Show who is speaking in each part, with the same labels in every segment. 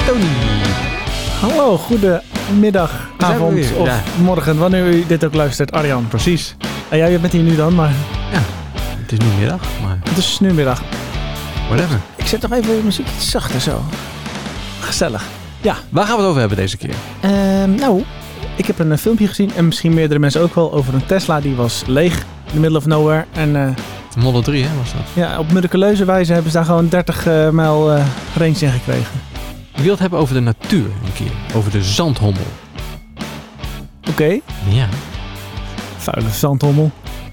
Speaker 1: Tony.
Speaker 2: Hallo, goedemiddag, avond of morgen, wanneer u dit ook luistert. Arjan.
Speaker 1: Precies.
Speaker 2: Jij bent hier nu dan, maar...
Speaker 1: Ja, het is nu middag, maar...
Speaker 2: Het is nu middag.
Speaker 1: Whatever.
Speaker 2: Ik zet nog even de muziek iets zachter zo. Gezellig. Ja.
Speaker 1: Waar gaan we het over hebben deze keer?
Speaker 2: Ik heb een filmpje gezien en misschien meerdere mensen ook wel over een Tesla die was leeg in the middle of nowhere. En,
Speaker 1: Model 3, hè, was dat?
Speaker 2: Ja, op miraculeuze wijze hebben ze daar gewoon 30 mijl range in gekregen.
Speaker 1: Ik wil het hebben over de natuur een keer. Over de zandhommel.
Speaker 2: Oké.
Speaker 1: Ja.
Speaker 2: Vuile zandhommel.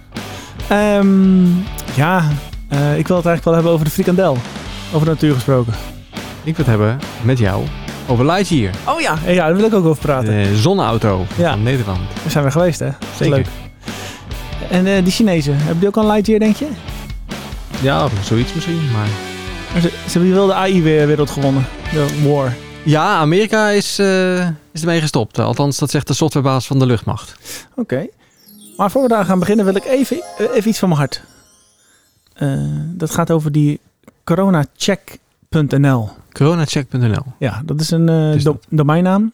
Speaker 2: Ik wil het eigenlijk wel hebben over de frikandel. Over de natuur gesproken.
Speaker 1: Ik wil het hebben met jou over Lightyear.
Speaker 2: Oh ja, daar wil ik ook over praten.
Speaker 1: De zonneauto van Nederland.
Speaker 2: Daar zijn we geweest, hè?
Speaker 1: Zeker.
Speaker 2: Leuk. En die Chinezen, hebben die ook al een Lightyear, denk je?
Speaker 1: Ja, zoiets misschien, maar...
Speaker 2: Ze hebben wel de AI-wereld gewonnen. De war.
Speaker 1: Ja, Amerika is ermee gestopt. Althans, dat zegt de softwarebaas van de luchtmacht.
Speaker 2: Oké. Maar voor we daar gaan beginnen wil ik even iets van mijn hart. Dat gaat over die coronacheck.nl.
Speaker 1: Coronacheck.nl.
Speaker 2: Ja, dat is een domeinnaam.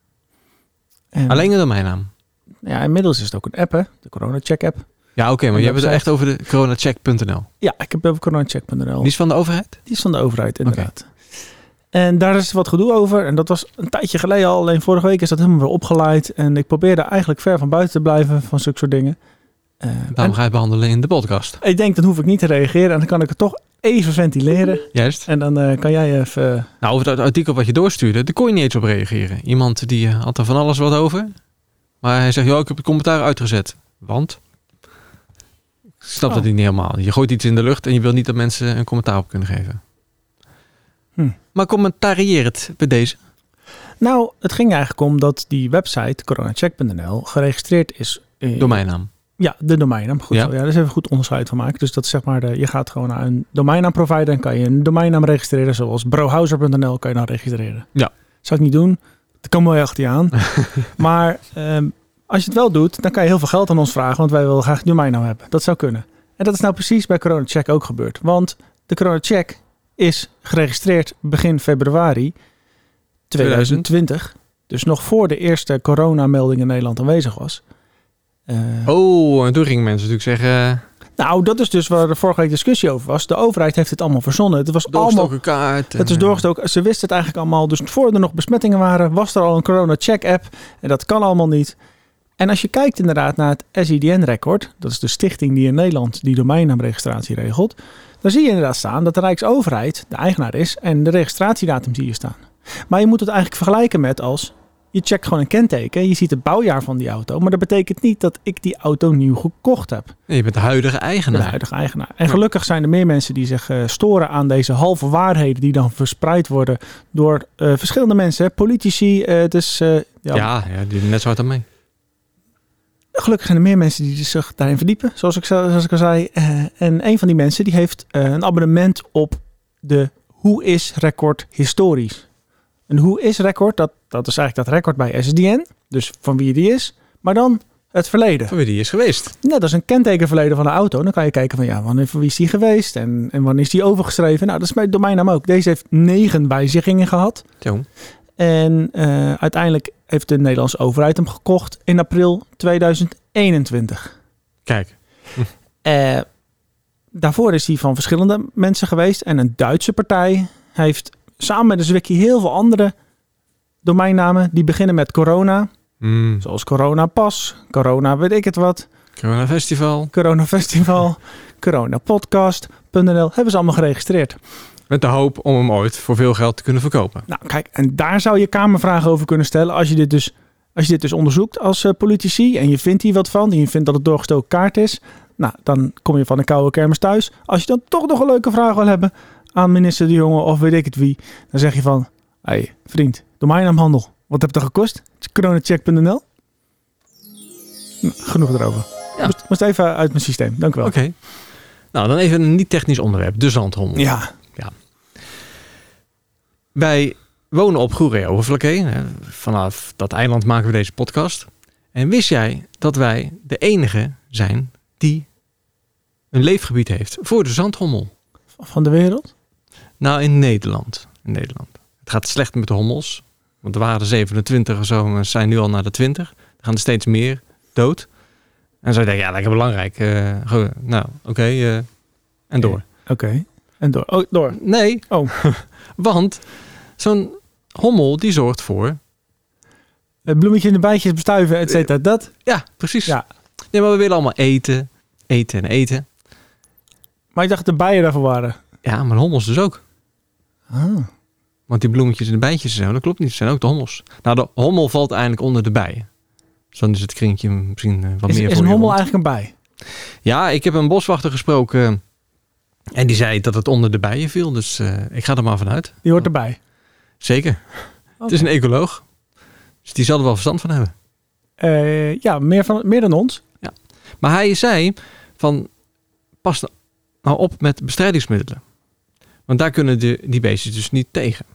Speaker 2: En,
Speaker 1: alleen een domeinnaam?
Speaker 2: Ja, inmiddels is het ook een app, hè? De coronacheck-app.
Speaker 1: Ja, oké, maar je hebt het echt over de coronacheck.nl.
Speaker 2: Ja, ik heb het over coronacheck.nl.
Speaker 1: Die is van de overheid?
Speaker 2: Die is van de overheid, inderdaad. Okay. En daar is wat gedoe over. En dat was een tijdje geleden al. Alleen vorige week is dat helemaal weer opgeleid. En ik probeerde eigenlijk ver van buiten te blijven van zulke soort dingen.
Speaker 1: Daarom ga je het behandelen in de podcast.
Speaker 2: Ik denk, dan hoef ik niet te reageren. En dan kan ik het toch even ventileren.
Speaker 1: Juist.
Speaker 2: En dan kan jij even...
Speaker 1: Nou, over het artikel wat je doorstuurde, daar kon je niet eens op reageren. Iemand die had er van alles wat over. Maar hij zegt, ik heb het commentaar uitgezet. Want? Ik snap dat niet helemaal. Je gooit iets in de lucht en je wil niet dat mensen een commentaar op kunnen geven. Maar commentarieer het bij deze.
Speaker 2: Nou, het ging eigenlijk om dat die website, coronacheck.nl, geregistreerd is.
Speaker 1: Domeinnaam.
Speaker 2: Ja, de domeinnaam. Goed zo. Ja, daar is even goed onderscheid van maken. Dus dat is zeg maar, je gaat gewoon naar een domeinnaamprovider en kan je een domeinnaam registreren. Zoals brohouser.nl kan je dan registreren.
Speaker 1: Ja.
Speaker 2: Zou ik niet doen. Dat kan mooi achter je aan. Maar als je het wel doet, dan kan je heel veel geld aan ons vragen. Want wij willen graag een domeinnaam hebben. Dat zou kunnen. En dat is nou precies bij CoronaCheck ook gebeurd. Want de CoronaCheck is geregistreerd begin februari 2020. Dus nog voor de eerste coronamelding in Nederland aanwezig was.
Speaker 1: En toen gingen mensen natuurlijk zeggen...
Speaker 2: Nou, dat is dus waar de vorige week discussie over was. De overheid heeft het allemaal verzonnen. Het was allemaal
Speaker 1: kaart.
Speaker 2: Het is doorgestoken. Ze wisten het eigenlijk allemaal. Dus voor er nog besmettingen waren, was er al een corona-check-app. En dat kan allemaal niet. En als je kijkt inderdaad naar het SIDN-record, dat is de stichting die in Nederland die domeinnaamregistratie regelt, dan zie je inderdaad staan dat de Rijksoverheid de eigenaar is en de registratiedatum zie je staan. Maar je moet het eigenlijk vergelijken met als je checkt gewoon een kenteken, je ziet het bouwjaar van die auto, maar dat betekent niet dat ik die auto nieuw gekocht heb.
Speaker 1: Nee, je bent de huidige eigenaar.
Speaker 2: En gelukkig zijn er meer mensen die zich storen aan deze halve waarheden die dan verspreid worden door verschillende mensen, politici.
Speaker 1: Die net zo hard aan mee.
Speaker 2: Gelukkig zijn er meer mensen die zich daarin verdiepen, zoals ik al zei. En een van die mensen die heeft een abonnement op de Hoe is record historisch. Een Hoe is record, dat is eigenlijk dat record bij SDN. Dus van wie die is. Maar dan het verleden.
Speaker 1: Van wie die is geweest.
Speaker 2: Net als een kentekenverleden van een auto. Dan kan je kijken van wanneer voor wie is die geweest. En wanneer is die overgeschreven. Nou, dat is bij de domeinnaam ook. Deze heeft 9 wijzigingen gehad.
Speaker 1: Zo.
Speaker 2: En uiteindelijk heeft de Nederlandse overheid hem gekocht in april 2021.
Speaker 1: Kijk.
Speaker 2: Daarvoor is hij van verschillende mensen geweest. En een Duitse partij heeft samen met de Zwicky heel veel andere domeinnamen. Die beginnen met corona. Zoals Corona Pas, Corona weet ik het wat.
Speaker 1: Corona Festival.
Speaker 2: Coronapodcast.nl hebben ze allemaal geregistreerd.
Speaker 1: Met de hoop om hem ooit voor veel geld te kunnen verkopen.
Speaker 2: Nou kijk, en daar zou je kamervragen over kunnen stellen als je dit dus onderzoekt als politici en je vindt hier wat van en je vindt dat het doorgestoken kaart is. Nou, dan kom je van een koude kermis thuis. Als je dan toch nog een leuke vraag wil hebben aan minister De Jonge of weet ik het wie, dan zeg je van, hey, vriend, domeinnaamhandel, wat heb je dat gekost? Coronacheck.nl? Nou, genoeg erover.
Speaker 1: Ja.
Speaker 2: Moest even uit mijn systeem, dank u wel.
Speaker 1: Oké. Nou, dan even een niet-technisch onderwerp, de zandhommel.
Speaker 2: Ja.
Speaker 1: Wij wonen op Goeree-Overflakkee. Vanaf dat eiland maken we deze podcast. En wist jij dat wij de enige zijn die een leefgebied heeft voor de zandhommel?
Speaker 2: Van de wereld?
Speaker 1: Nou, in Nederland. Het het gaat slecht met de hommels. Want er waren er 27 of zo, en zijn nu al naar de 20. Er gaan er steeds meer dood. En zo denk ik, ja, lekker belangrijk. Oké, en door.
Speaker 2: Oké. En door. Oh, door.
Speaker 1: Nee.
Speaker 2: Oh.
Speaker 1: Want zo'n hommel die zorgt voor...
Speaker 2: Bloemetjes in de bijtjes bestuiven, et cetera. Dat?
Speaker 1: Ja, precies.
Speaker 2: Ja.
Speaker 1: Nee, maar we willen allemaal eten. Eten en eten.
Speaker 2: Maar ik dacht dat de bijen daarvoor waren.
Speaker 1: Ja, maar hommels dus ook.
Speaker 2: Ah.
Speaker 1: Want die bloemetjes en de bijtjes en zo, dat klopt niet. Dat zijn ook de hommels. Nou, de hommel valt eigenlijk onder de bijen. Dus dan is het kringetje misschien wat meer voor
Speaker 2: Is een hommel
Speaker 1: rond.
Speaker 2: eigenlijk een bij?
Speaker 1: Ja, ik heb een boswachter gesproken. En die zei dat het onder de bijen viel. Dus ik ga er maar vanuit.
Speaker 2: Die hoort erbij.
Speaker 1: Zeker.
Speaker 2: Okay.
Speaker 1: Het is een ecoloog. Dus die zal er wel verstand van hebben.
Speaker 2: Ja, meer dan ons.
Speaker 1: Ja. Maar hij zei van, pas nou op met bestrijdingsmiddelen. Want daar kunnen die beestjes dus niet tegen.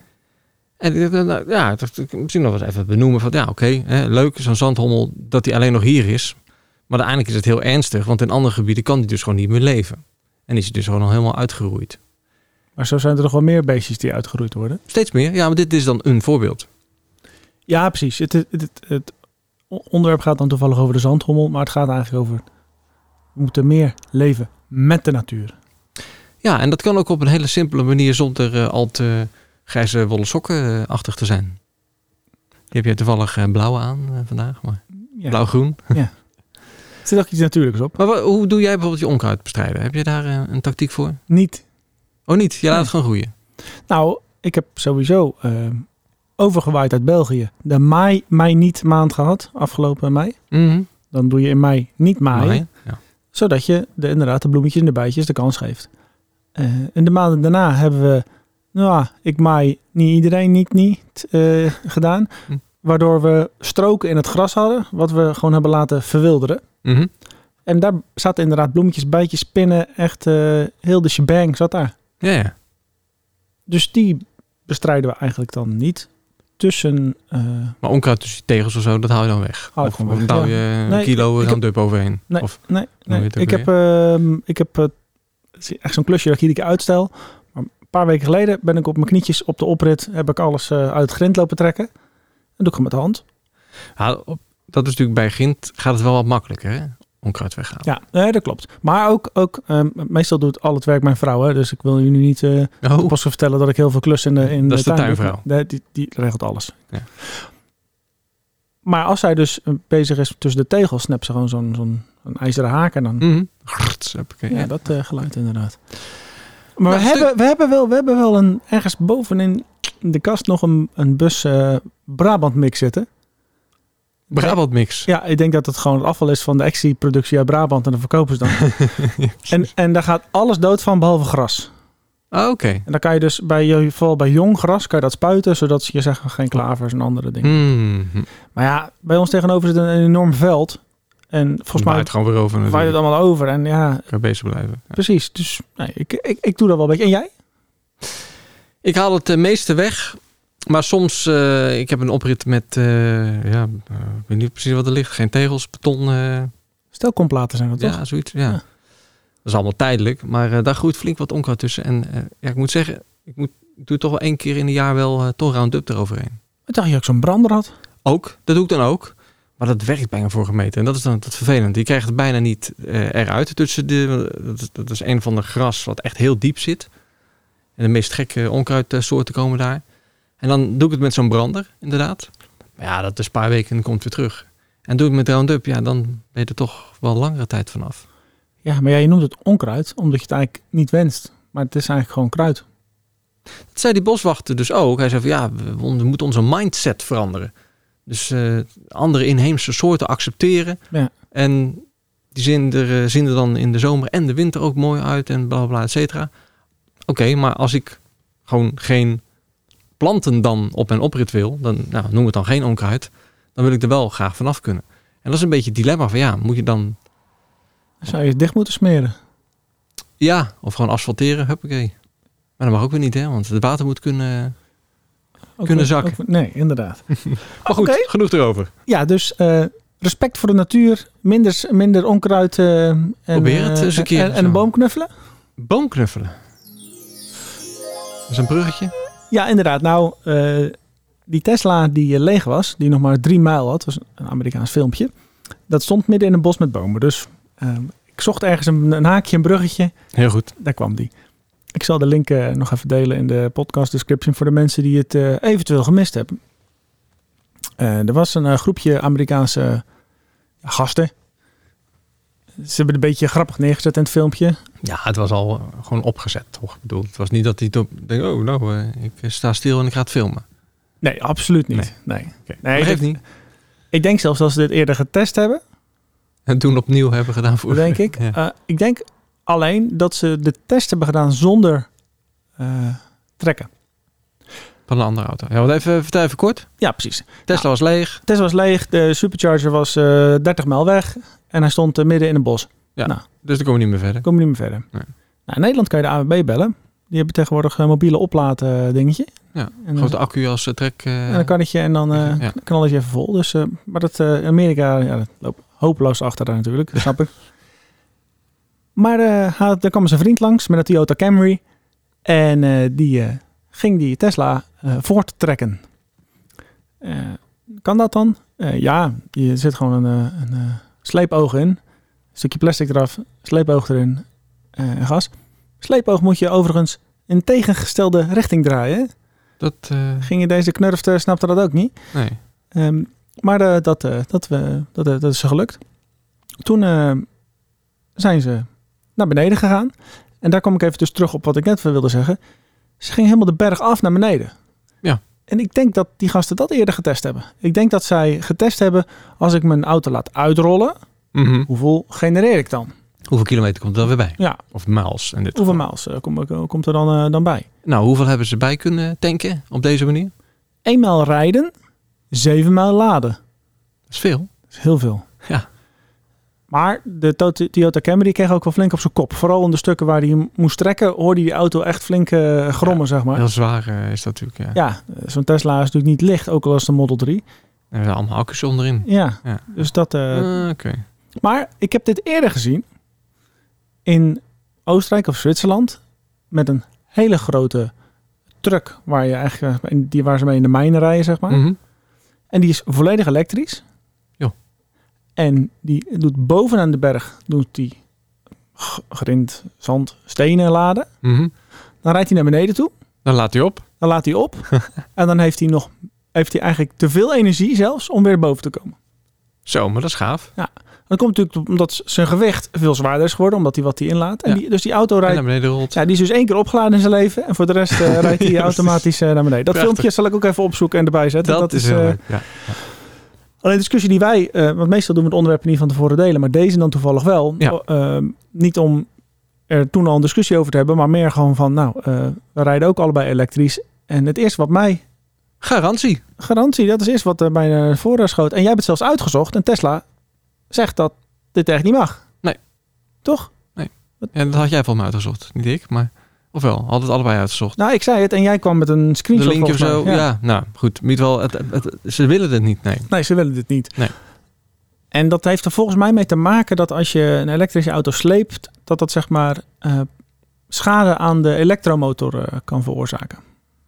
Speaker 1: En ik dacht, nou, ja, misschien nog eens even benoemen van, ja, oké, leuk, zo'n zandhommel dat hij alleen nog hier is. Maar uiteindelijk is het heel ernstig, want in andere gebieden kan die dus gewoon niet meer leven. En is hij dus gewoon al helemaal uitgeroeid.
Speaker 2: Maar zo zijn er nog wel meer beestjes die uitgeroeid worden.
Speaker 1: Steeds meer, ja, maar dit is dan een voorbeeld.
Speaker 2: Ja, precies. Het onderwerp gaat dan toevallig over de zandhommel, maar het gaat eigenlijk over, we moeten meer leven met de natuur.
Speaker 1: Ja, en dat kan ook op een hele simpele manier zonder al te grijze wollen sokken achtig te zijn. Die heb je toevallig blauw aan vandaag, maar
Speaker 2: Ja.
Speaker 1: blauw-groen.
Speaker 2: Ja. Er zit ook iets natuurlijks op.
Speaker 1: Maar hoe doe jij bijvoorbeeld je onkruid bestrijden? Heb je daar een tactiek voor?
Speaker 2: Niet.
Speaker 1: Oh niet, je laat het gewoon groeien.
Speaker 2: Nou, ik heb sowieso overgewaaid uit België. De mei-niet maand gehad, afgelopen mei.
Speaker 1: Mm-hmm.
Speaker 2: Dan doe je in mei niet maaien.
Speaker 1: Ja.
Speaker 2: Zodat je inderdaad de bloemetjes en de bijtjes de kans geeft. En de maanden daarna hebben we, ik maai niet iedereen niet gedaan. Waardoor we stroken in het gras hadden, wat we gewoon hebben laten verwilderen.
Speaker 1: Mm-hmm.
Speaker 2: En daar zaten inderdaad bloemetjes, bijtjes, spinnen, echt heel de shebang zat daar.
Speaker 1: Ja.
Speaker 2: Dus die bestrijden we eigenlijk dan niet. Tussen...
Speaker 1: Maar onkruid tussen die tegels of zo, dat haal je dan weg?
Speaker 2: Haal ik
Speaker 1: Of
Speaker 2: gewoon weg,
Speaker 1: bouw
Speaker 2: ja.
Speaker 1: je
Speaker 2: Nee,
Speaker 1: een kilo
Speaker 2: ik
Speaker 1: Roundup overheen?
Speaker 2: Nee,
Speaker 1: Of,
Speaker 2: nee.
Speaker 1: hoe heet het
Speaker 2: Ik heb het is echt zo'n klusje dat ik iedere keer uitstel. Maar een paar weken geleden ben ik op mijn knietjes op de oprit, heb ik alles uit het grind lopen trekken. En doe ik het met de hand.
Speaker 1: Ja, dat is natuurlijk bij grind gaat het wel wat makkelijker, hè? Onkruid weghalen.
Speaker 2: Ja, nee, dat klopt. Maar ook meestal doet al het werk mijn vrouw. Hè? Dus ik wil jullie niet pas vertellen dat ik heel veel klus in de
Speaker 1: dat is de
Speaker 2: tuin
Speaker 1: tuinvrouw.
Speaker 2: doe. Die regelt alles.
Speaker 1: Ja.
Speaker 2: Maar als zij dus bezig is tussen de tegels, snapt ze gewoon zo'n ijzeren haak en dan...
Speaker 1: Mm-hmm.
Speaker 2: Ja, dat geluid inderdaad. Maar
Speaker 1: Nou,
Speaker 2: we hebben wel ergens bovenin de kast nog een bus Brabant mix zitten.
Speaker 1: Brabant mix.
Speaker 2: Ja, ik denk dat het gewoon het afval is van de Exie-productie uit Brabant en dan verkopen ze dan.
Speaker 1: Ja,
Speaker 2: en daar gaat alles dood van behalve gras.
Speaker 1: Oké.
Speaker 2: En dan kan je dus vooral bij jong gras kan je dat spuiten, zodat je zegt geen klavers en andere dingen.
Speaker 1: Mm-hmm.
Speaker 2: Maar ja, bij ons tegenover zit een enorm veld. En volgens mij
Speaker 1: het gewoon weer over
Speaker 2: waait
Speaker 1: natuurlijk.
Speaker 2: het allemaal over. En ja,
Speaker 1: Kan je bezig blijven. Ja.
Speaker 2: precies. Dus nee, ik doe dat wel een beetje. En jij?
Speaker 1: Ik haal het meeste weg. Maar soms, ik heb een oprit met, ik weet niet precies wat er ligt. Geen tegels, beton.
Speaker 2: Stelkomplaten zijn dat toch?
Speaker 1: Ja, zoiets. Ja.
Speaker 2: Ja.
Speaker 1: Dat is allemaal tijdelijk. Maar daar groeit flink wat onkruid tussen. En ik moet zeggen, ik doe toch wel 1 keer in een jaar wel toch Roundup eroverheen.
Speaker 2: Ik dacht je ook zo'n brander had.
Speaker 1: Ook, dat doe ik dan ook. Maar dat werkt bijna voor gemeten. En dat is dan het vervelend. Je krijgt het bijna niet eruit. Tussen dat is een van de gras wat echt heel diep zit. En de meest gekke onkruidsoorten komen daar. En dan doe ik het met zo'n brander, inderdaad. Maar ja, dat is een paar weken en dan komt het weer terug. En doe ik het met Roundup, ja, dan ben je er toch wel langere tijd vanaf.
Speaker 2: Ja, maar je noemt het onkruid, omdat je het eigenlijk niet wenst. Maar het is eigenlijk gewoon kruid.
Speaker 1: Dat zei die boswachter dus ook. Hij zei van ja, we moeten onze mindset veranderen. Dus andere inheemse soorten accepteren.
Speaker 2: Ja.
Speaker 1: En die zien er dan in de zomer en de winter ook mooi uit en bla bla et cetera. Oké, maar als ik gewoon geen planten dan op mijn oprit wil, dan noem het dan geen onkruid, dan wil ik er wel graag vanaf kunnen. En dat is een beetje het dilemma van ja, moet je dan...
Speaker 2: Zou je het dicht moeten smeren?
Speaker 1: Ja, of gewoon asfalteren, huppakee. Maar dat mag ook weer niet, hè, want het water moet kunnen zakken.
Speaker 2: Nee, inderdaad.
Speaker 1: Maar goed, genoeg erover.
Speaker 2: Ja, dus respect voor de natuur, minder onkruid
Speaker 1: Probeer het eens een keer.
Speaker 2: en een boom knuffelen.
Speaker 1: Boomknuffelen. Dat is een bruggetje.
Speaker 2: Ja, inderdaad. Nou, die Tesla die leeg was, die nog maar 3 mijl had, was een Amerikaans filmpje. Dat stond midden in een bos met bomen. Dus ik zocht ergens een haakje, een bruggetje.
Speaker 1: Heel goed.
Speaker 2: Daar kwam die. Ik zal de link nog even delen in de podcast description voor de mensen die het eventueel gemist hebben. Er was een groepje Amerikaanse gasten. Ze hebben het een beetje grappig neergezet in het filmpje.
Speaker 1: Ja, het was al gewoon opgezet, toch? Ik bedoel, het was niet dat hij denkt, ik sta stil en ik ga het filmen.
Speaker 2: Nee, absoluut niet. Nee.
Speaker 1: Dat geeft niet.
Speaker 2: Ik denk zelfs dat ze dit eerder getest hebben.
Speaker 1: En toen opnieuw hebben gedaan voor.
Speaker 2: Denk ik. Ja. Ik denk alleen dat ze de test hebben gedaan zonder trekken.
Speaker 1: Van een andere auto. Ja, wat vertel even kort.
Speaker 2: Ja, precies.
Speaker 1: Tesla was leeg.
Speaker 2: Tesla was leeg. De Supercharger was 30 mijl weg. En hij stond midden in een bos.
Speaker 1: Ja, dus dan komen we niet meer verder. Nee.
Speaker 2: In Nederland kan je de ANWB bellen. Die hebben tegenwoordig een mobiele opladen dingetje.
Speaker 1: Ja, grote accu als trek.
Speaker 2: En dan kan het je en dan kan alles je even vol. Dus, maar dat in Amerika dat loopt hopeloos achter daar natuurlijk. Dat snap ik. Maar daar kwam zijn vriend langs met een Toyota Camry. En die ging die Tesla voorttrekken. Kan dat dan? Ja, je zit gewoon een sleepoog in. Een stukje plastic eraf. Sleepoog erin. En gas. Sleepoog moet je overigens in tegengestelde richting draaien.
Speaker 1: Dat
Speaker 2: ging je deze knurft, snapte dat ook niet.
Speaker 1: Nee.
Speaker 2: Maar dat is ze gelukt. Toen zijn ze naar beneden gegaan. En daar kom ik even dus terug op wat ik net wilde zeggen. Ze gingen helemaal de berg af naar beneden.
Speaker 1: Ja.
Speaker 2: En ik denk dat die gasten dat eerder getest hebben. Ik denk dat zij getest hebben, als ik mijn auto laat uitrollen, hoeveel genereer ik dan?
Speaker 1: Hoeveel kilometer komt er dan weer bij?
Speaker 2: Ja.
Speaker 1: Of miles. In dit
Speaker 2: hoeveel
Speaker 1: geval.
Speaker 2: miles komt er dan bij?
Speaker 1: Nou, hoeveel hebben ze bij kunnen tanken op deze manier?
Speaker 2: 1 mijl rijden, 7 mijl laden.
Speaker 1: Dat is veel.
Speaker 2: Dat is heel veel.
Speaker 1: Ja.
Speaker 2: Maar de Toyota Camry kreeg ook wel flink op zijn kop. Vooral in de stukken waar hij moest trekken, hoorde die auto echt flink grommen, zeg maar.
Speaker 1: Heel zwaar is dat natuurlijk,
Speaker 2: Ja, zo'n Tesla is natuurlijk niet licht, ook al als de Model 3.
Speaker 1: Er zijn allemaal accu's onderin.
Speaker 2: Ja. Dus dat...
Speaker 1: Oké.
Speaker 2: Maar ik heb dit eerder gezien in Oostenrijk of Zwitserland met een hele grote truck waar je eigenlijk waar ze mee in de mijnen rijden, zeg maar. En die is volledig elektrisch.
Speaker 1: Jo.
Speaker 2: En die doet bovenaan de berg die grind, zand, stenen laden. Dan rijdt hij naar beneden toe.
Speaker 1: Dan laat hij op.
Speaker 2: En dan heeft hij eigenlijk te veel energie zelfs om weer boven te komen.
Speaker 1: Zo, maar dat is gaaf.
Speaker 2: Ja. Dat komt natuurlijk omdat zijn gewicht veel zwaarder is geworden, omdat hij wat hij inlaat. En dus die auto rijdt.
Speaker 1: En naar beneden rolt.
Speaker 2: Ja, die is dus 1 keer opgeladen in zijn leven. En voor de rest rijdt hij automatisch naar beneden. Dat Prachtig. Filmpje zal ik ook even opzoeken en erbij zetten.
Speaker 1: Dat is heel leuk. Ja.
Speaker 2: Alleen de discussie die wij, want meestal doen we het onderwerp niet van tevoren delen, maar deze dan toevallig wel. Ja. Niet om er toen al een discussie over te hebben, maar meer gewoon van, we rijden ook allebei elektrisch. En het eerste wat mij...
Speaker 1: Garantie,
Speaker 2: dat is eerst wat mij naar voren schoot. En jij hebt het zelfs uitgezocht en Tesla zegt dat dit echt niet mag.
Speaker 1: Nee.
Speaker 2: Toch?
Speaker 1: Nee. Ja, dat had jij voor me uitgezocht. Niet ik, maar... Ofwel, had het allebei uitgezocht.
Speaker 2: Nou, ik zei het en jij kwam met een screenshot.
Speaker 1: De link of zo. Ja, nou goed. Ze willen het niet, nee.
Speaker 2: Nee, ze willen dit niet.
Speaker 1: Nee.
Speaker 2: En dat heeft er volgens mij mee te maken dat als je een elektrische auto sleept, dat zeg maar schade aan de elektromotor kan veroorzaken.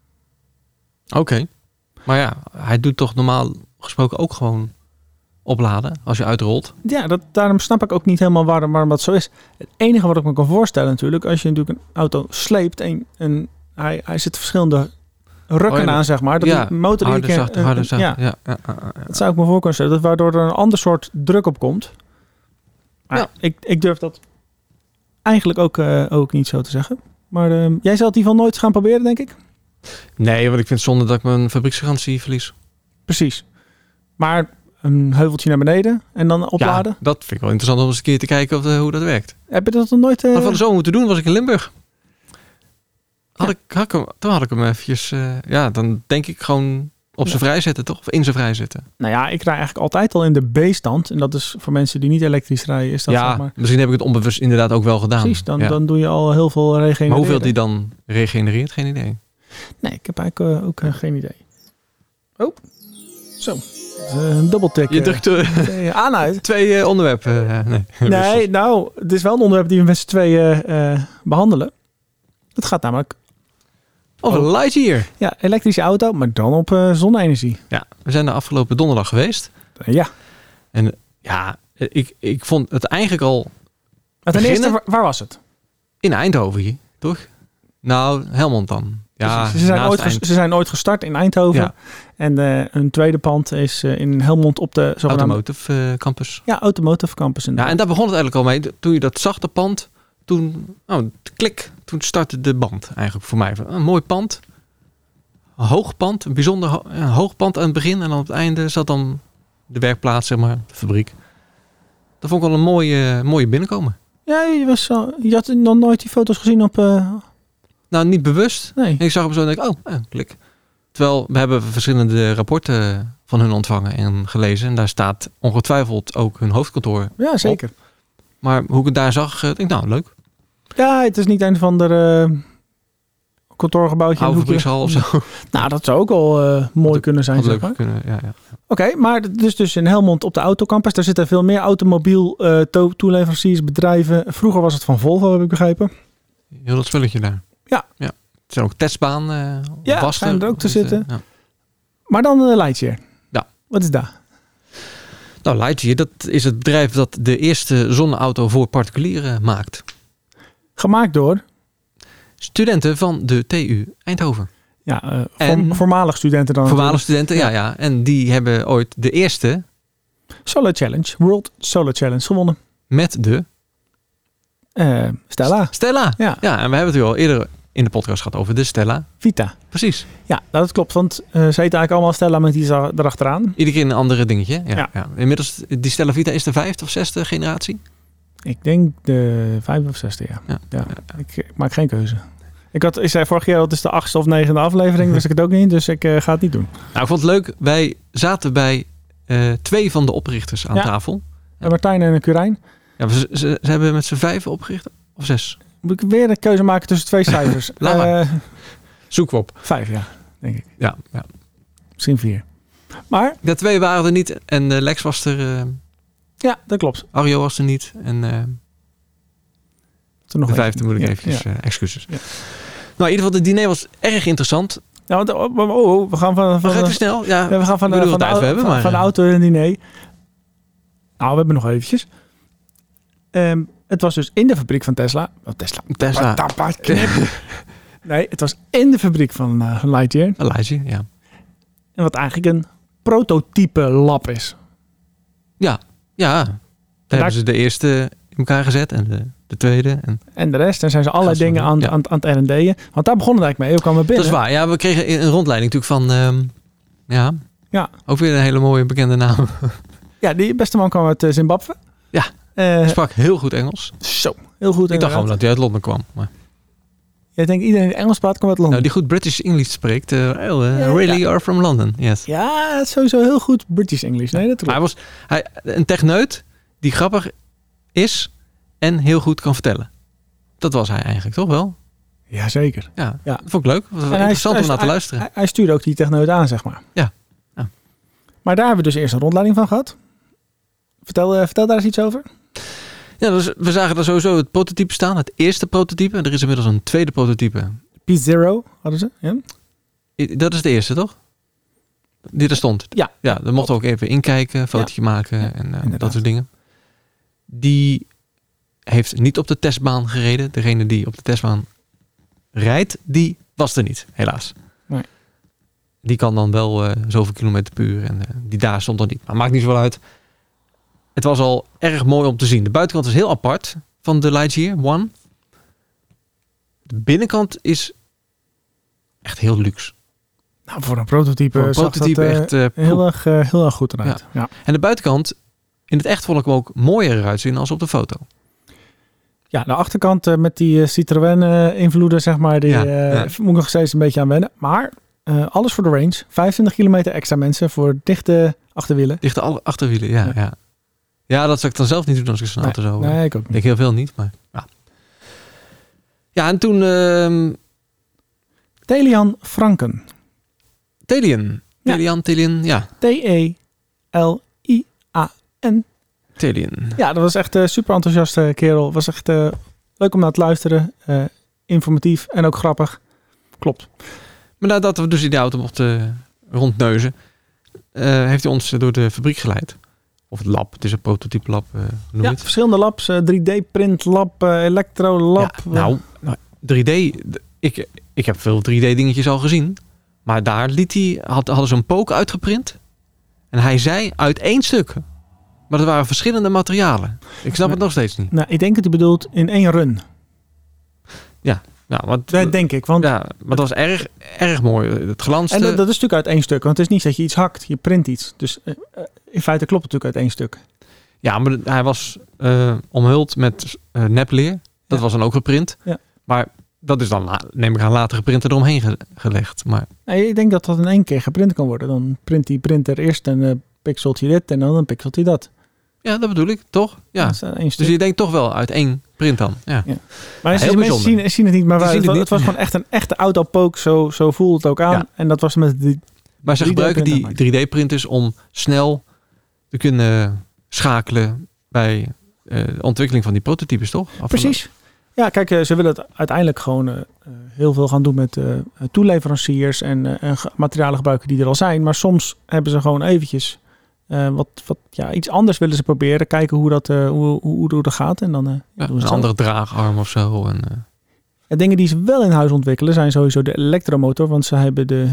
Speaker 1: Oké. Maar ja, hij doet toch normaal gesproken ook gewoon opladen als je uitrolt.
Speaker 2: Ja, daarom snap ik ook niet helemaal waarom dat zo is. Het enige wat ik me kan voorstellen natuurlijk, als je natuurlijk een auto sleept en hij zit verschillende rukken aan, zeg maar. Dat die motor
Speaker 1: harder, zacht. Ja.
Speaker 2: Dat zou ik me voor kunnen stellen. Waardoor er een ander soort druk op komt. Maar ik durf dat eigenlijk ook niet zo te zeggen. Maar jij zal het in ieder geval nooit gaan proberen, denk ik?
Speaker 1: Nee, want ik vind het zonde dat ik mijn fabrieksgarantie verlies.
Speaker 2: Precies. Maar een heuveltje naar beneden en dan opladen?
Speaker 1: Ja, dat vind ik wel interessant om eens een keer te kijken hoe dat werkt.
Speaker 2: Heb je dat nog nooit...
Speaker 1: Van de zomer moeten doen, was ik in Limburg. Toen had ik hem eventjes... dan denk ik gewoon op zijn vrij zetten, toch? Of in zijn vrij zetten. Nou
Speaker 2: ja, ik rij eigenlijk altijd al in de B-stand. En dat is voor mensen die niet elektrisch rijden. Is dat zeg maar...
Speaker 1: misschien heb ik het onbewust inderdaad ook wel gedaan.
Speaker 2: Precies, dan doe je al heel veel regenereren.
Speaker 1: Maar hoeveel die dan regenereert? Geen idee.
Speaker 2: Nee, ik heb eigenlijk ook geen idee. Oh, zo. Een dubbeltik.
Speaker 1: Je drukt
Speaker 2: aan uit.
Speaker 1: 2 onderwerpen.
Speaker 2: Nee, nou, het is wel een onderwerp die we met z'n tweeën behandelen. Het gaat namelijk
Speaker 1: Over Lightyear.
Speaker 2: Ja, elektrische auto, maar dan op zonne-energie.
Speaker 1: Ja, we zijn de afgelopen donderdag geweest.
Speaker 2: Ja.
Speaker 1: En ja, ik vond het eigenlijk al...
Speaker 2: Maar ten eerste, waar was het?
Speaker 1: In Eindhoven hier, toch? Nou, Helmond dan. Ja,
Speaker 2: dus ze zijn ooit gestart in Eindhoven. Ja. En hun tweede pand is in Helmond op de zogenaamde...
Speaker 1: Automotive Campus.
Speaker 2: Ja, Automotive Campus.
Speaker 1: Ja, en daar begon het eigenlijk al mee. Toen je dat zag, dat pand, toen toen startte de band eigenlijk voor mij. Een mooi pand. Een hoog pand, een bijzonder hoog pand aan het begin. En dan op het einde zat dan de werkplaats, zeg maar, de fabriek. Dat vond ik wel een mooie binnenkomen.
Speaker 2: Ja, je had nog nooit die foto's gezien op...
Speaker 1: Nou, niet bewust.
Speaker 2: Nee.
Speaker 1: Ik zag hem zo en denk klik. Terwijl we hebben verschillende rapporten van hun ontvangen en gelezen. En daar staat ongetwijfeld ook hun hoofdkantoor.
Speaker 2: Ja, zeker.
Speaker 1: Op. Maar hoe ik het daar zag, denk ik, nou, leuk.
Speaker 2: Ja, het is niet een van de kantoorgebouwtje.
Speaker 1: Oude fabriekshal of zo.
Speaker 2: Nou, dat zou ook al mooi kunnen zijn, zeg maar.
Speaker 1: Ja.
Speaker 2: Oké, maar dus in Helmond op de Autocampus. Daar zitten veel meer automobiel toeleveranciers, bedrijven. Vroeger was het van Volvo, heb ik begrepen.
Speaker 1: Heel dat spulletje daar.
Speaker 2: Ja.
Speaker 1: Er zijn ook testbaan.
Speaker 2: Ja, schijnen er ook te zitten.
Speaker 1: Ja.
Speaker 2: Maar dan Lightyear.
Speaker 1: Ja.
Speaker 2: Wat is dat?
Speaker 1: Nou, Lightyear, dat is het bedrijf dat de eerste zonneauto voor particulieren maakt.
Speaker 2: Gemaakt door?
Speaker 1: Studenten van de TU Eindhoven.
Speaker 2: Ja, voormalig studenten dan.
Speaker 1: Voormalig studenten, ja. En die hebben ooit de eerste...
Speaker 2: Solar Challenge, World Solar Challenge gewonnen.
Speaker 1: Met de...
Speaker 2: Stella.
Speaker 1: Ja, en we hebben het u al eerder in de podcast gehad over de Stella
Speaker 2: Vita.
Speaker 1: Precies.
Speaker 2: Ja, dat klopt, want ze heten eigenlijk allemaal Stella met iets erachteraan.
Speaker 1: Iedere keer een andere dingetje. Ja. Inmiddels, die Stella Vita is de 5e of 6e generatie?
Speaker 2: Ik denk de 5e of 6e, ja. Ik maak geen keuze. Ik zei vorig jaar, dat is de 8e of 9e aflevering, wist ik het ook niet, dus ik ga het niet doen.
Speaker 1: Nou, ik vond het leuk. Wij zaten bij 2 van de oprichters aan tafel.
Speaker 2: En Martijn en Curijn.
Speaker 1: Ja, ze hebben met z'n 5 opgericht, of 6?
Speaker 2: Moet ik weer een keuze maken tussen 2 cijfers?
Speaker 1: Zoek we op.
Speaker 2: 5, ja, denk ik.
Speaker 1: Ja.
Speaker 2: Misschien 4. Maar...
Speaker 1: De 2 waren er niet en Lex was er...
Speaker 2: ja, dat klopt.
Speaker 1: Arjo was er niet en...
Speaker 2: Toen nog
Speaker 1: de 5e moet ik eventjes excuses. Ja. Nou, in ieder geval, het diner was erg interessant.
Speaker 2: Ja, want we gaan van
Speaker 1: gaat te snel? Ja,
Speaker 2: we gaan van de auto en het diner. Nou, we hebben nog eventjes. Het was dus in de fabriek van Tesla. Tesla. Nee, het was in de fabriek van Lightyear.
Speaker 1: Lightyear, ja.
Speaker 2: En wat eigenlijk een prototype lab is.
Speaker 1: Ja. Daar hebben ze de eerste in elkaar gezet en de tweede. En
Speaker 2: de rest. En zijn ze allerlei dingen aan het R&D'en. Want daar begonnen we eigenlijk mee. We kwamen binnen.
Speaker 1: Dat is waar. Ja, we kregen een rondleiding natuurlijk van... Ja. Ook weer een hele mooie bekende naam.
Speaker 2: Ja, die beste man kwam uit Zimbabwe.
Speaker 1: Ja. Sprak heel goed Engels.
Speaker 2: Zo, heel goed.
Speaker 1: Ik dacht gewoon dat hij uit Londen kwam. Maar...
Speaker 2: Jij denkt iedereen die Engels praat komt uit Londen.
Speaker 1: Nou, die goed British English spreekt. Really are from London. Yes.
Speaker 2: Ja, het is sowieso heel goed British English. Nee, dat klopt.
Speaker 1: Hij een techneut die grappig is en heel goed kan vertellen. Dat was hij eigenlijk, toch wel?
Speaker 2: Jazeker.
Speaker 1: Ja, dat vond ik leuk. Het was interessant om naar te luisteren.
Speaker 2: Hij stuurde ook die techneut aan, zeg maar.
Speaker 1: Ja.
Speaker 2: Maar daar hebben we dus eerst een rondleiding van gehad. Vertel daar eens iets over.
Speaker 1: Ja, dus we zagen er sowieso het prototype staan. Het eerste prototype. En er is inmiddels een tweede prototype.
Speaker 2: P0 hadden ze, ja?
Speaker 1: Dat is de eerste, toch? Die er stond.
Speaker 2: Ja.
Speaker 1: Ja, daar mochten we ook even inkijken, een fotootje maken en dat soort dingen. Die heeft niet op de testbaan gereden. Degene die op de testbaan rijdt, die was er niet, helaas.
Speaker 2: Nee.
Speaker 1: Die kan dan wel zoveel kilometer per uur. En die daar stond er niet. Maar maakt niet zoveel uit. Het was al erg mooi om te zien. De buitenkant is heel apart van de Lightyear One. De binnenkant is echt heel luxe.
Speaker 2: Nou, voor een prototype zag dat
Speaker 1: echt
Speaker 2: heel erg goed eruit. Ja.
Speaker 1: En de buitenkant, in het echt vond ik hem ook mooier eruit zien als op de foto.
Speaker 2: Ja, de achterkant met die Citroën-invloeden, zeg maar, die moet ik nog steeds een beetje aan wennen. Maar alles voor de range. 25 kilometer extra mensen voor dichte achterwielen.
Speaker 1: Dichte achterwielen, ja. Ja, dat zou ik dan zelf niet doen als ik zo'n auto zo...
Speaker 2: Nee, ik ook niet.
Speaker 1: Ik denk heel veel niet, maar... Ja, en toen...
Speaker 2: Telian Franken.
Speaker 1: Telian, ja.
Speaker 2: T-E-L-I-A-N.
Speaker 1: Telian.
Speaker 2: Ja, dat was echt super enthousiaste kerel. Was echt leuk om naar te luisteren. Informatief en ook grappig. klopt.
Speaker 1: Maar nadat we dus in die auto mochten rondneuzen, heeft hij ons door de fabriek geleid. Of het lab, het is een prototype lab. Noem
Speaker 2: Ja,
Speaker 1: het.
Speaker 2: verschillende labs. 3D-print lab, elektro-lab.
Speaker 1: Ja, nou, 3D. Ik heb veel 3D-dingetjes al gezien. Maar daar hadden ze een pook uitgeprint. En hij zei uit 1 stuk. Maar dat waren verschillende materialen. Ik snap het nog steeds niet.
Speaker 2: Nou, ik denk dat hij bedoelt in 1 run.
Speaker 1: Ja, want,
Speaker 2: Dat denk ik. Want,
Speaker 1: ja, maar dat was erg mooi. Het glanste.
Speaker 2: en dat is natuurlijk uit 1 stuk. Want het is niet dat je iets hakt. Je print iets. Dus in feite klopt het natuurlijk uit 1 stuk.
Speaker 1: Ja, maar hij was omhuld met nepleer. Dat was dan ook geprint.
Speaker 2: Ja.
Speaker 1: Maar dat is dan, neem ik aan, later geprint eromheen gelegd. Maar
Speaker 2: Nee, ik denk dat dat in 1 keer geprint kan worden. Dan print die printer eerst een pixelt hij dit en dan een pixelt hij dat.
Speaker 1: ja, dat bedoel ik, toch? Ja.
Speaker 2: Dat is 1 stuk.
Speaker 1: Dus je denkt toch wel uit 1 print dan. Ja.
Speaker 2: Ja. Maar
Speaker 1: Heel
Speaker 2: mensen zien het niet. Maar
Speaker 1: Die zien het niet.
Speaker 2: het was gewoon echt een echte autopoke. Zo voelde het ook aan.
Speaker 1: Ja.
Speaker 2: En dat was met die...
Speaker 1: Maar ze
Speaker 2: 3D
Speaker 1: gebruiken
Speaker 2: printer
Speaker 1: die 3D-printers om snel te kunnen schakelen bij de ontwikkeling van die prototypes, toch?
Speaker 2: Precies. Ja, kijk, ze willen het uiteindelijk gewoon heel veel gaan doen met toeleveranciers en materialen gebruiken die er al zijn. Maar soms hebben ze gewoon eventjes iets anders willen ze proberen. Kijken hoe dat gaat. En dan doen ze
Speaker 1: een
Speaker 2: het
Speaker 1: andere draagarm of zo. En,
Speaker 2: dingen die ze wel in huis ontwikkelen zijn sowieso de elektromotor. Want ze hebben de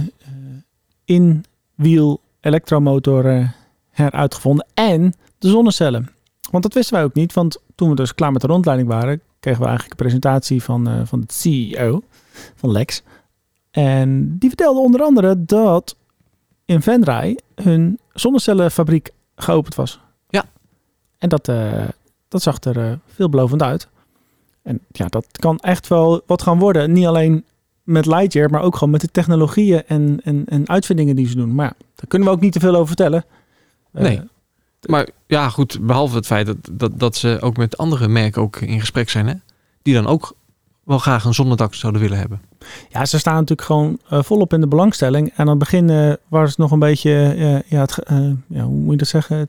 Speaker 2: in-wiel elektromotor heruitgevonden. En de zonnecellen. Want dat wisten wij ook niet. Want toen we dus klaar met de rondleiding waren, kregen we eigenlijk een presentatie van de CEO van Lex. En die vertelde onder andere dat in Venray hun zonnecellenfabriek geopend was.
Speaker 1: Ja.
Speaker 2: En dat zag er veelbelovend uit. En ja, dat kan echt wel wat gaan worden. Niet alleen met Lightyear, maar ook gewoon met de technologieën en uitvindingen die ze doen. Maar ja, daar kunnen we ook niet te veel over vertellen.
Speaker 1: nee. Maar ja, goed, behalve het feit dat ze ook met andere merken ook in gesprek zijn, hè? Die dan ook wel graag een zonnedak zouden willen hebben.
Speaker 2: Ja, ze staan natuurlijk gewoon volop in de belangstelling. En aan het begin was het nog een beetje, hoe moet je dat zeggen?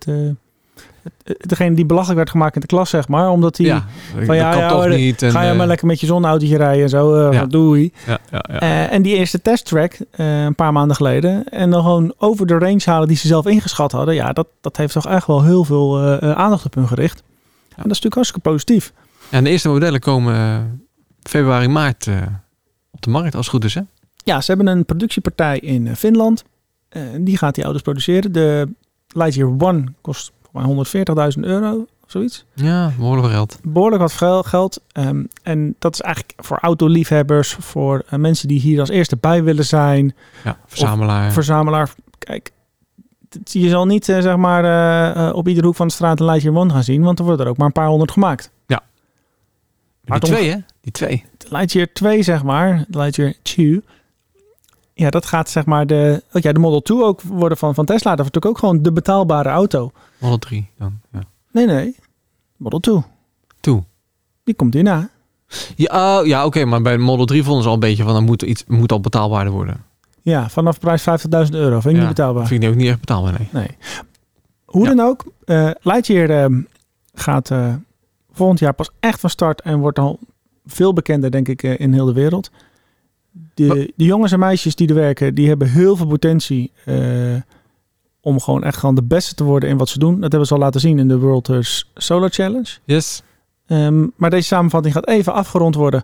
Speaker 2: Degene die belachelijk werd gemaakt in de klas, zeg maar. Omdat hij
Speaker 1: niet.
Speaker 2: Ga je maar lekker met je zonneautootje rijden en zo. Doei.
Speaker 1: Ja.
Speaker 2: En die eerste testtrack, een paar maanden geleden. En dan gewoon over de range halen die ze zelf ingeschat hadden. Ja, dat heeft toch echt wel heel veel aandacht op hun gericht. Ja. En dat is natuurlijk hartstikke positief.
Speaker 1: En de eerste modellen komen februari, maart op de markt, als het goed is, hè?
Speaker 2: Ja, ze hebben een productiepartij in Finland. Die gaat die auto's produceren. De Lightyear One kost €140.000 of zoiets.
Speaker 1: Ja, behoorlijk geld.
Speaker 2: Behoorlijk wat geld. En dat is eigenlijk voor autoliefhebbers, voor mensen die hier als eerste bij willen zijn.
Speaker 1: Ja, verzamelaar.
Speaker 2: Kijk, je zal niet op iedere hoek van de straat een Lightyear One gaan zien, want er worden er ook maar een paar honderd gemaakt.
Speaker 1: Ja. Maar die 2, hè? Die 2.
Speaker 2: De Lightyear 2, zeg maar. De Lightyear 2. Ja, dat gaat zeg maar de Model 2 ook worden van Tesla. Dat is natuurlijk ook gewoon de betaalbare auto.
Speaker 1: Model 3 dan, ja.
Speaker 2: Nee. Model 2.
Speaker 1: 2.
Speaker 2: Die komt hierna.
Speaker 1: Ja, oké, maar bij Model 3 vonden ze al een beetje van, dan moet al betaalbaarder worden.
Speaker 2: Ja, vanaf prijs €50.000. Vind ik niet betaalbaar.
Speaker 1: Vind ik ook niet echt betaalbaar, nee.
Speaker 2: Hoe dan ook, Lightyear gaat volgend jaar pas echt van start en wordt al veel bekender, denk ik, in heel de wereld. De jongens en meisjes die er werken, die hebben heel veel potentie om gewoon de beste te worden in wat ze doen. Dat hebben ze al laten zien in de World Solar Challenge.
Speaker 1: Yes.
Speaker 2: Maar deze samenvatting gaat even afgerond worden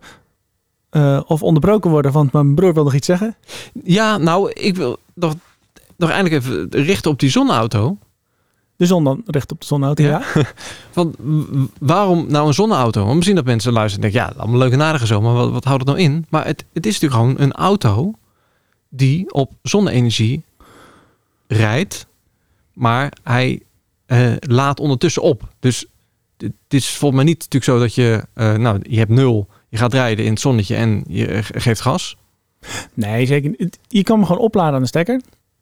Speaker 2: of onderbroken worden, want mijn broer wil nog iets zeggen.
Speaker 1: Ja, nou, ik wil nog eindelijk even richten op die zonneauto.
Speaker 2: De zon dan richt op de zonneauto, ja.
Speaker 1: Want waarom nou een zonneauto? Want misschien dat mensen luisteren en denken, ja, allemaal leuk en aardig zo, maar wat houdt het nou in? Maar het is natuurlijk gewoon een auto die op zonne-energie rijdt, maar hij laat ondertussen op. Dus het is volgens mij niet natuurlijk zo dat je hebt 0, je gaat rijden in het zonnetje en je geeft gas.
Speaker 2: Nee, zeker. Je kan hem gewoon opladen aan de stekker.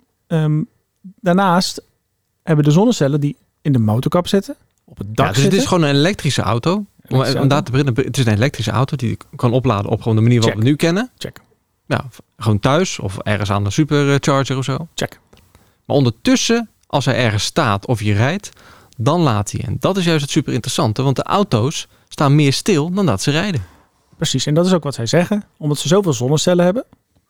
Speaker 2: Daarnaast hebben de zonnecellen die in de motorkap zitten, op het dak
Speaker 1: dus
Speaker 2: zitten.
Speaker 1: het is gewoon een elektrische auto. Om daar te beginnen, het is een elektrische auto die kan opladen op gewoon de manier waarop we nu kennen.
Speaker 2: Check.
Speaker 1: Ja, gewoon thuis of ergens aan de supercharger of zo.
Speaker 2: Check.
Speaker 1: Maar ondertussen, als hij ergens staat of je rijdt, dan laat hij. En dat is juist het super interessante, want de auto's staan meer stil dan dat ze rijden.
Speaker 2: Precies, en dat is ook wat zij zeggen. Omdat ze zoveel zonnecellen hebben,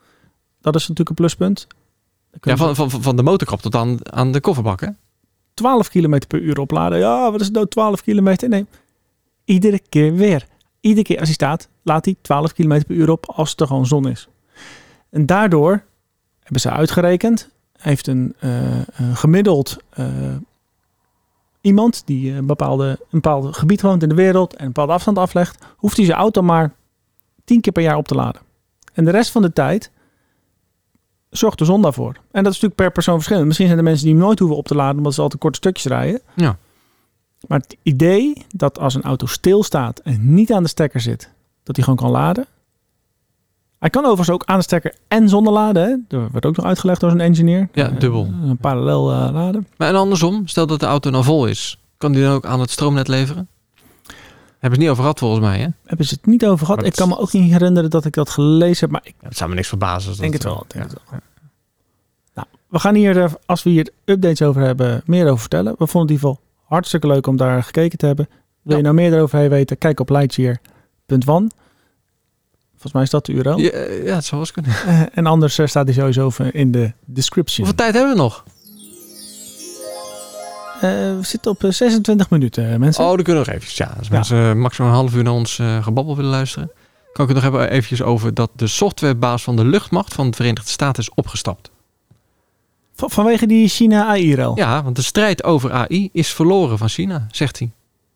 Speaker 2: Dat is natuurlijk een pluspunt.
Speaker 1: Ja, van de motorkap tot aan de kofferbak, hè?
Speaker 2: 12 km per uur opladen. Ja, wat is het nou 12 kilometer? Nee, iedere keer weer. Iedere keer als hij staat, laat hij 12 km per uur op als er gewoon zon is. En daardoor hebben ze uitgerekend, heeft een gemiddeld iemand die een bepaald gebied woont in de wereld en een bepaalde afstand aflegt, hoeft hij zijn auto maar 10 keer per jaar op te laden. En de rest van de tijd zorgt de zon daarvoor. En dat is natuurlijk per persoon verschillend. Misschien zijn er mensen die hem nooit hoeven op te laden, omdat ze altijd korte stukjes rijden.
Speaker 1: Ja.
Speaker 2: Maar het idee dat als een auto stilstaat en niet aan de stekker zit, dat hij gewoon kan laden. Hij kan overigens ook aan de stekker en zonder laden. Hè? Dat werd ook nog uitgelegd door zo'n engineer.
Speaker 1: Ja, dubbel.
Speaker 2: Een parallel laden.
Speaker 1: Maar en andersom, stel dat de auto nou vol is, kan die dan ook aan het stroomnet leveren? Hebben ze niet over gehad volgens mij, hè?
Speaker 2: Hebben ze het niet over gehad? Ik kan me ook niet herinneren dat ik dat gelezen heb. Maar
Speaker 1: het zou me niks verbazen.
Speaker 2: Denk het wel. Nou, we gaan hier, als we hier updates over hebben, meer over vertellen. We vonden het in ieder geval hartstikke leuk om daar gekeken te hebben. Wil je nou meer erover weten? Kijk op lightyear.one. Volgens mij is dat de URL.
Speaker 1: Ja, het zou wel eens kunnen.
Speaker 2: En anders staat die sowieso in de description.
Speaker 1: Hoeveel tijd hebben we nog?
Speaker 2: We zitten op 26 minuten, mensen.
Speaker 1: Oh, dan kunnen we nog eventjes. Ja, als mensen maximaal een half uur naar ons gebabbel willen luisteren, kan ik het nog hebben eventjes over dat de softwarebaas van de luchtmacht van de Verenigde Staten is opgestapt.
Speaker 2: Vanwege die China-AI-rel?
Speaker 1: Ja, want de strijd over AI is verloren van China, zegt hij.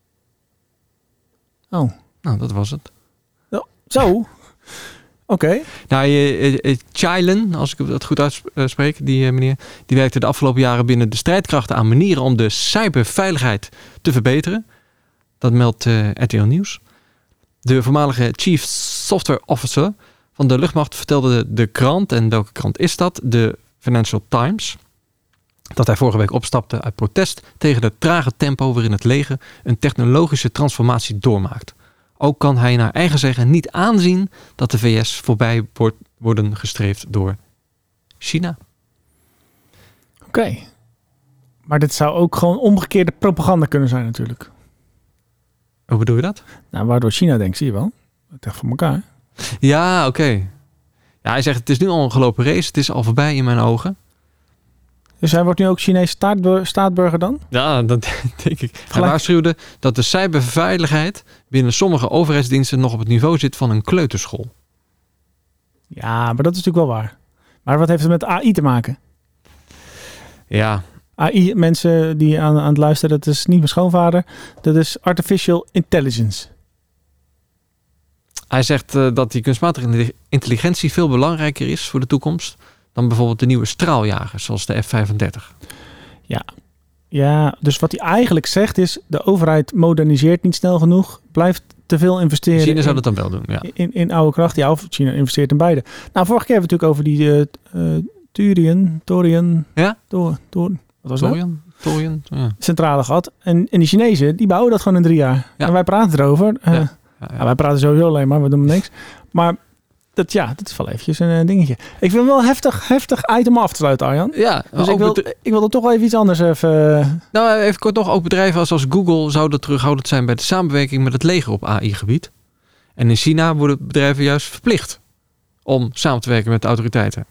Speaker 2: Oh.
Speaker 1: Nou, dat was het.
Speaker 2: Zo? Oké.
Speaker 1: Nou, Chailen, als ik het goed uitspreek, die meneer, die werkte de afgelopen jaren binnen de strijdkrachten aan manieren om de cyberveiligheid te verbeteren. Dat meldt RTL Nieuws. De voormalige Chief Software Officer van de luchtmacht vertelde de krant, en welke krant is dat? De Financial Times, dat hij vorige week opstapte uit protest tegen het trage tempo waarin het leger een technologische transformatie doormaakt. Ook kan hij naar eigen zeggen niet aanzien dat de VS voorbij worden gestreefd door China.
Speaker 2: Oké. Maar dit zou ook gewoon omgekeerde propaganda kunnen zijn natuurlijk.
Speaker 1: Hoe bedoel je dat?
Speaker 2: Nou, waardoor China denkt, zie je wel. Het echt voor elkaar.
Speaker 1: Ja, oké. Ja, hij zegt het is nu al een gelopen race. Het is al voorbij in mijn ogen.
Speaker 2: Dus hij wordt nu ook Chinees staatsburger dan?
Speaker 1: Ja, dat denk ik. Hij waarschuwde dat de cyberveiligheid binnen sommige overheidsdiensten nog op het niveau zit van een kleuterschool.
Speaker 2: Ja, maar dat is natuurlijk wel waar. Maar wat heeft het met AI te maken?
Speaker 1: Ja.
Speaker 2: AI, mensen die aan het luisteren, dat is niet mijn schoonvader. Dat is Artificial Intelligence.
Speaker 1: Hij zegt dat die kunstmatige intelligentie veel belangrijker is voor de toekomst dan bijvoorbeeld de nieuwe straaljagers, zoals de F-35.
Speaker 2: Ja, dus wat hij eigenlijk zegt is, de overheid moderniseert niet snel genoeg, blijft te veel investeren.
Speaker 1: China zou dat dan wel doen, ja.
Speaker 2: In oude kracht. Ja, of China investeert in beide. Nou, vorige keer hebben we het natuurlijk over die Torian. Ja? Wat was
Speaker 1: Torian, ja.
Speaker 2: Centrale gehad. En die Chinezen, die bouwen dat gewoon in 3 jaar. Ja. En wij praten erover. Wij praten sowieso alleen maar, we doen niks. Maar dat is wel eventjes een dingetje. Ik vind wel heftig item af te sluiten, Arjan.
Speaker 1: Ja.
Speaker 2: Dus ik wil er toch wel even iets anders even...
Speaker 1: Nou, even kort nog. Ook bedrijven als Google zouden terughoudend zijn bij de samenwerking met het leger op AI-gebied. En in China worden bedrijven juist verplicht om samen te werken met de autoriteiten.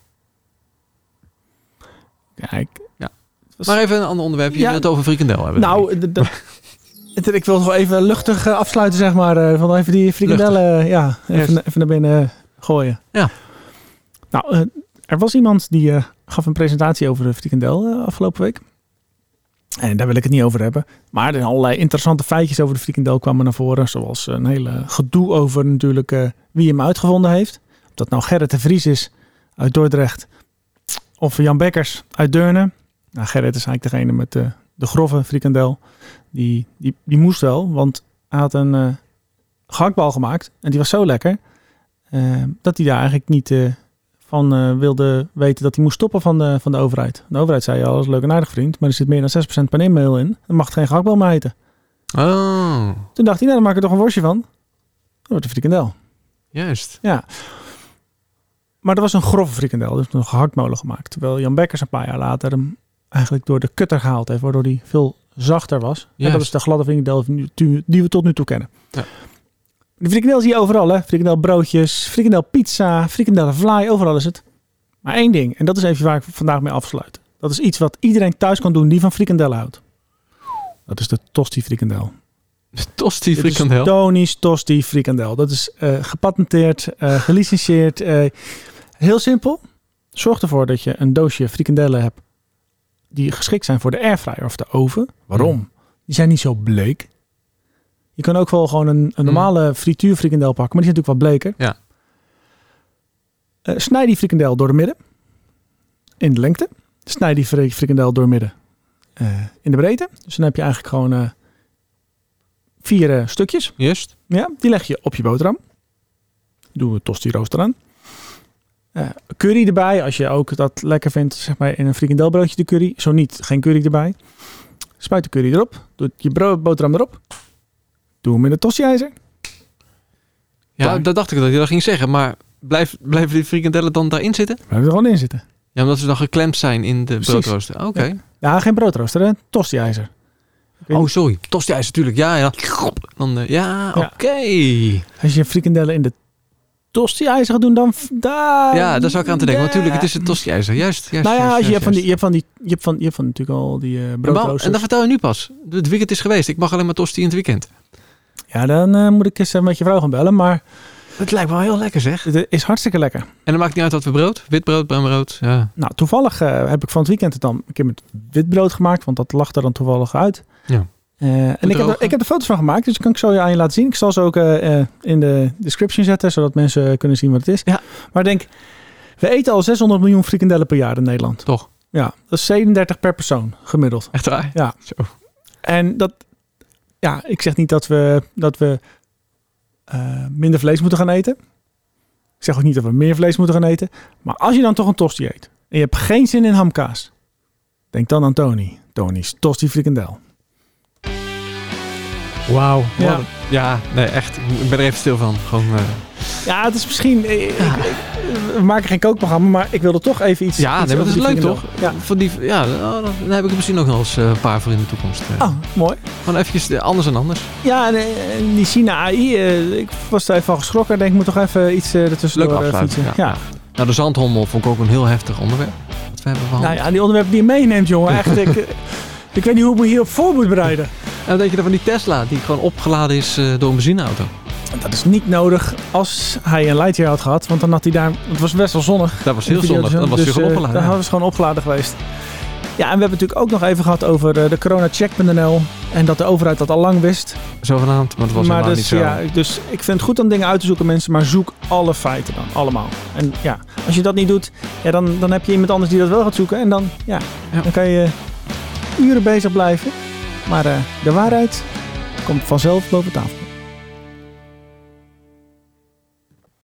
Speaker 2: Kijk.
Speaker 1: Ja. Maar even een ander onderwerp. Je wil het over frikandel hebben.
Speaker 2: Nou, ik wil het wel even luchtig afsluiten, zeg maar. Van even die frikandellen even naar binnen gooien. Ja. Nou, er was iemand die gaf een presentatie over de frikandel afgelopen week. En daar wil ik het niet over hebben. Maar er zijn allerlei interessante feitjes over de frikandel kwamen naar voren. Zoals een hele gedoe over natuurlijk wie hem uitgevonden heeft. Of dat nou Gerrit de Vries is uit Dordrecht. Of Jan Bekkers uit Deurne. Nou, Gerrit is eigenlijk degene met de grove frikandel. Die moest wel, want hij had een gehaktbal gemaakt. En die was zo lekker dat hij daar eigenlijk niet van wilde weten dat hij moest stoppen van de overheid. De overheid zei, ja, dat is leuk en aardig vriend, maar er zit meer dan 6% paneermeel in. Dan mag het geen gehaktbal meer heten.
Speaker 1: Oh.
Speaker 2: Toen dacht hij, nou, dan maak ik er toch een worstje van. Dat wordt een frikandel.
Speaker 1: Juist.
Speaker 2: Ja. Maar dat was een grove frikandel, dus een gehaktmolen gemaakt. Terwijl Jan Bekkers een paar jaar later hem eigenlijk door de kutter gehaald heeft, waardoor hij veel zachter was. Yes. En dat is de gladde frikandel die we tot nu toe kennen. Ja. De frikandel zie je overal, hè? Frikandel broodjes, frikandel pizza, frikandel vlaai, overal is het. Maar 1 ding, en dat is even waar ik vandaag mee afsluit. Dat is iets wat iedereen thuis kan doen die van frikandellen houdt. Dat is de tosti frikandel.
Speaker 1: Tosti frikandel?
Speaker 2: Tony's tosti frikandel. Dat is gepatenteerd, gelicenseerd. Heel simpel. Zorg ervoor dat je een doosje frikandellen hebt die geschikt zijn voor de airfryer of de oven. Waarom? Die zijn niet zo bleek. Je kan ook wel gewoon een normale frituurfrikandel pakken, maar die is natuurlijk wat bleker.
Speaker 1: Ja.
Speaker 2: Snijd die frikandel door de midden. In de lengte. Snijd die frikandel door midden. In de breedte. Dus dan heb je eigenlijk gewoon 4 stukjes.
Speaker 1: Juist.
Speaker 2: Ja, die leg je op je boterham. Doe een tosti rooster aan. Curry erbij, als je ook dat lekker vindt, zeg maar in een frikandelbroodje de curry. Zo niet, geen curry erbij. Spuit de curry erop. Doe je boterham erop. Doe hem in de tosti-ijzer.
Speaker 1: Ja, dat dacht ik dat je dat ging zeggen. Maar blijven die frikandellen dan daarin zitten?
Speaker 2: Blijven er gewoon in zitten.
Speaker 1: Ja, omdat ze dan geklemd zijn in de
Speaker 2: Precies.
Speaker 1: broodrooster. Oké.
Speaker 2: Ja, geen broodrooster, hè? Tosti-ijzer.
Speaker 1: Oh, sorry. Tosti-ijzer natuurlijk. Ja. Dan, oké.
Speaker 2: Als je frikandellen in de tosti-ijzer gaat doen, dan...
Speaker 1: Ja, daar zou ik aan te denken. Maar natuurlijk, het is een tosti-ijzer. Juist.
Speaker 2: Nou ja, als je hebt van natuurlijk al die broodroosters.
Speaker 1: En dat vertel je nu pas. Het weekend is geweest. Ik mag alleen maar tosti in het weekend.
Speaker 2: Ja, dan moet ik eens met je vrouw gaan bellen, maar...
Speaker 1: Het lijkt wel heel lekker, zeg.
Speaker 2: Het is hartstikke lekker.
Speaker 1: En dan maakt niet uit wat we brood. Witbrood, bruinbrood. Ja.
Speaker 2: Nou, toevallig heb ik van het weekend het dan een keer met witbrood gemaakt, want dat lag er dan toevallig uit.
Speaker 1: Ja.
Speaker 2: En ik heb er foto's van gemaakt, dus dat kan ik zo aan je laten zien. Ik zal ze ook in de description zetten, zodat mensen kunnen zien wat het is.
Speaker 1: Ja.
Speaker 2: Maar denk, we eten al 600 miljoen frikandellen per jaar in Nederland.
Speaker 1: Toch?
Speaker 2: Ja, dat is 37 per persoon, gemiddeld.
Speaker 1: Echt waar?
Speaker 2: Ja.
Speaker 1: Zo.
Speaker 2: En ik zeg niet dat we minder vlees moeten gaan eten. Ik zeg ook niet dat we meer vlees moeten gaan eten. Maar als je dan toch een tosti eet en je hebt geen zin in hamkaas, denk dan aan Tony. Tony's tosti frikandel.
Speaker 1: Wauw.
Speaker 2: Ja.
Speaker 1: Ja, nee, echt. Ik ben er even stil van. Gewoon...
Speaker 2: Ja, het is misschien... we maken geen kookprogramma, maar ik wilde toch even iets...
Speaker 1: Ja,
Speaker 2: iets
Speaker 1: nee, maar dat is
Speaker 2: over
Speaker 1: leuk,
Speaker 2: die
Speaker 1: toch?
Speaker 2: frikandel. Ja.
Speaker 1: Dan heb ik er misschien nog wel eens een paar voor in de toekomst.
Speaker 2: Oh, mooi.
Speaker 1: Gewoon eventjes anders en anders.
Speaker 2: Ja, en die China AI, ik was er even van geschrokken. Ik denk, ik moet toch even iets ertussendoor
Speaker 1: Leuk afsluiten.
Speaker 2: fietsen.
Speaker 1: Ja. Nou, de zandhommel vond ik ook een heel heftig onderwerp. Wat we hebben behandeld.
Speaker 2: Nou ja, die onderwerpen die je meeneemt, jongen. Echt, ik weet niet hoe ik me hierop voor moet bereiden.
Speaker 1: En dan denk je dan van die Tesla, die gewoon opgeladen is door een benzineauto.
Speaker 2: Dat is niet nodig als hij een Lightyear had gehad. Want dan had hij daar... Het was best wel zonnig.
Speaker 1: Dat was heel zonnig. Dan was hij gewoon opgeladen.
Speaker 2: Dan was gewoon opgeladen geweest. Ja, en we hebben natuurlijk ook nog even gehad over de coronacheck.nl. En dat de overheid dat al lang wist.
Speaker 1: Zogenaamd, maar het was helemaal niet zo.
Speaker 2: Ja, dus ik vind het goed om dingen uit te zoeken, mensen. Maar zoek alle feiten dan. Allemaal. En ja, als je dat niet doet, ja, dan heb je iemand anders die dat wel gaat zoeken. En dan kan je uren bezig blijven. Maar de waarheid komt vanzelf boven tafel.